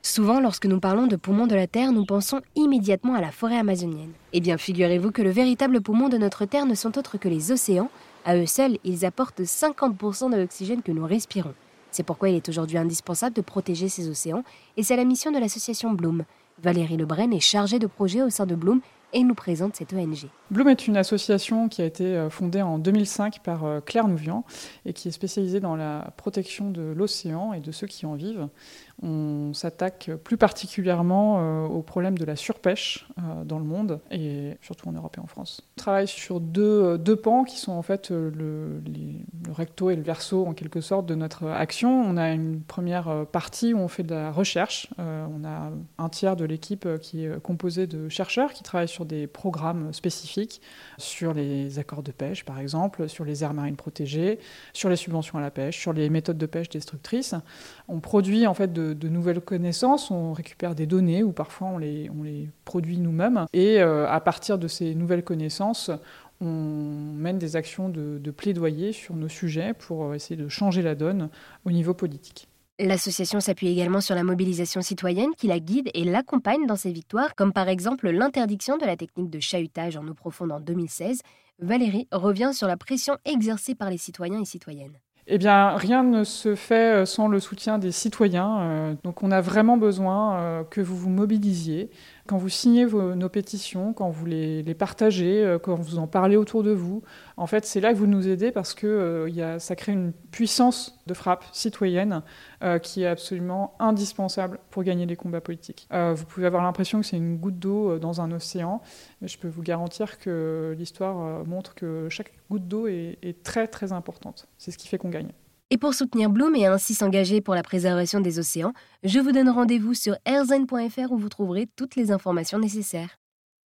Souvent, lorsque nous parlons de poumons de la Terre, nous pensons immédiatement à la forêt amazonienne. Eh bien, figurez-vous que le véritable poumon de notre Terre ne sont autres que les océans. À eux seuls, ils apportent 50% de l'oxygène que nous respirons. C'est pourquoi il est aujourd'hui indispensable de protéger ces océans, et c'est la mission de l'association Bloom. Valérie Lebrun est chargée de projet au sein de Bloom et nous présente cette ONG. Bloom est une association qui a été fondée en 2005 par Claire Nouvian et qui est spécialisée dans la protection de l'océan et de ceux qui en vivent. On s'attaque plus particulièrement au problème de la surpêche dans le monde et surtout en Europe et en France. On travaille sur deux pans qui sont en fait le recto et le verso en quelque sorte de notre action. On a une première partie où on fait de la recherche. On a un tiers de l'équipe qui est composée de chercheurs qui travaillent sur des programmes spécifiques, sur les accords de pêche par exemple, sur les aires marines protégées, sur les subventions à la pêche, sur les méthodes de pêche destructrices. On produit en fait de nouvelles connaissances, on récupère des données ou parfois on les produit nous-mêmes et à partir de ces nouvelles connaissances, on mène des actions de plaidoyer sur nos sujets pour essayer de changer la donne au niveau politique. L'association s'appuie également sur la mobilisation citoyenne qui la guide et l'accompagne dans ses victoires, comme par exemple l'interdiction de la technique de chahutage en eau profonde en 2016. Valérie revient sur la pression exercée par les citoyens et citoyennes. Eh bien, rien ne se fait sans le soutien des citoyens. Donc on a vraiment besoin que vous vous mobilisiez. Quand vous signez nos pétitions, quand vous les partagez, quand vous en parlez autour de vous, en fait, c'est là que vous nous aidez parce que ça crée une puissance de frappe citoyenne qui est absolument indispensable pour gagner les combats politiques. Vous pouvez avoir l'impression que c'est une goutte d'eau dans un océan, mais je peux vous garantir que l'histoire montre que chaque goutte d'eau est très très importante. C'est ce qui fait qu'on gagne. Et pour soutenir Bloom et ainsi s'engager pour la préservation des océans, je vous donne rendez-vous sur airzen.fr où vous trouverez toutes les informations nécessaires.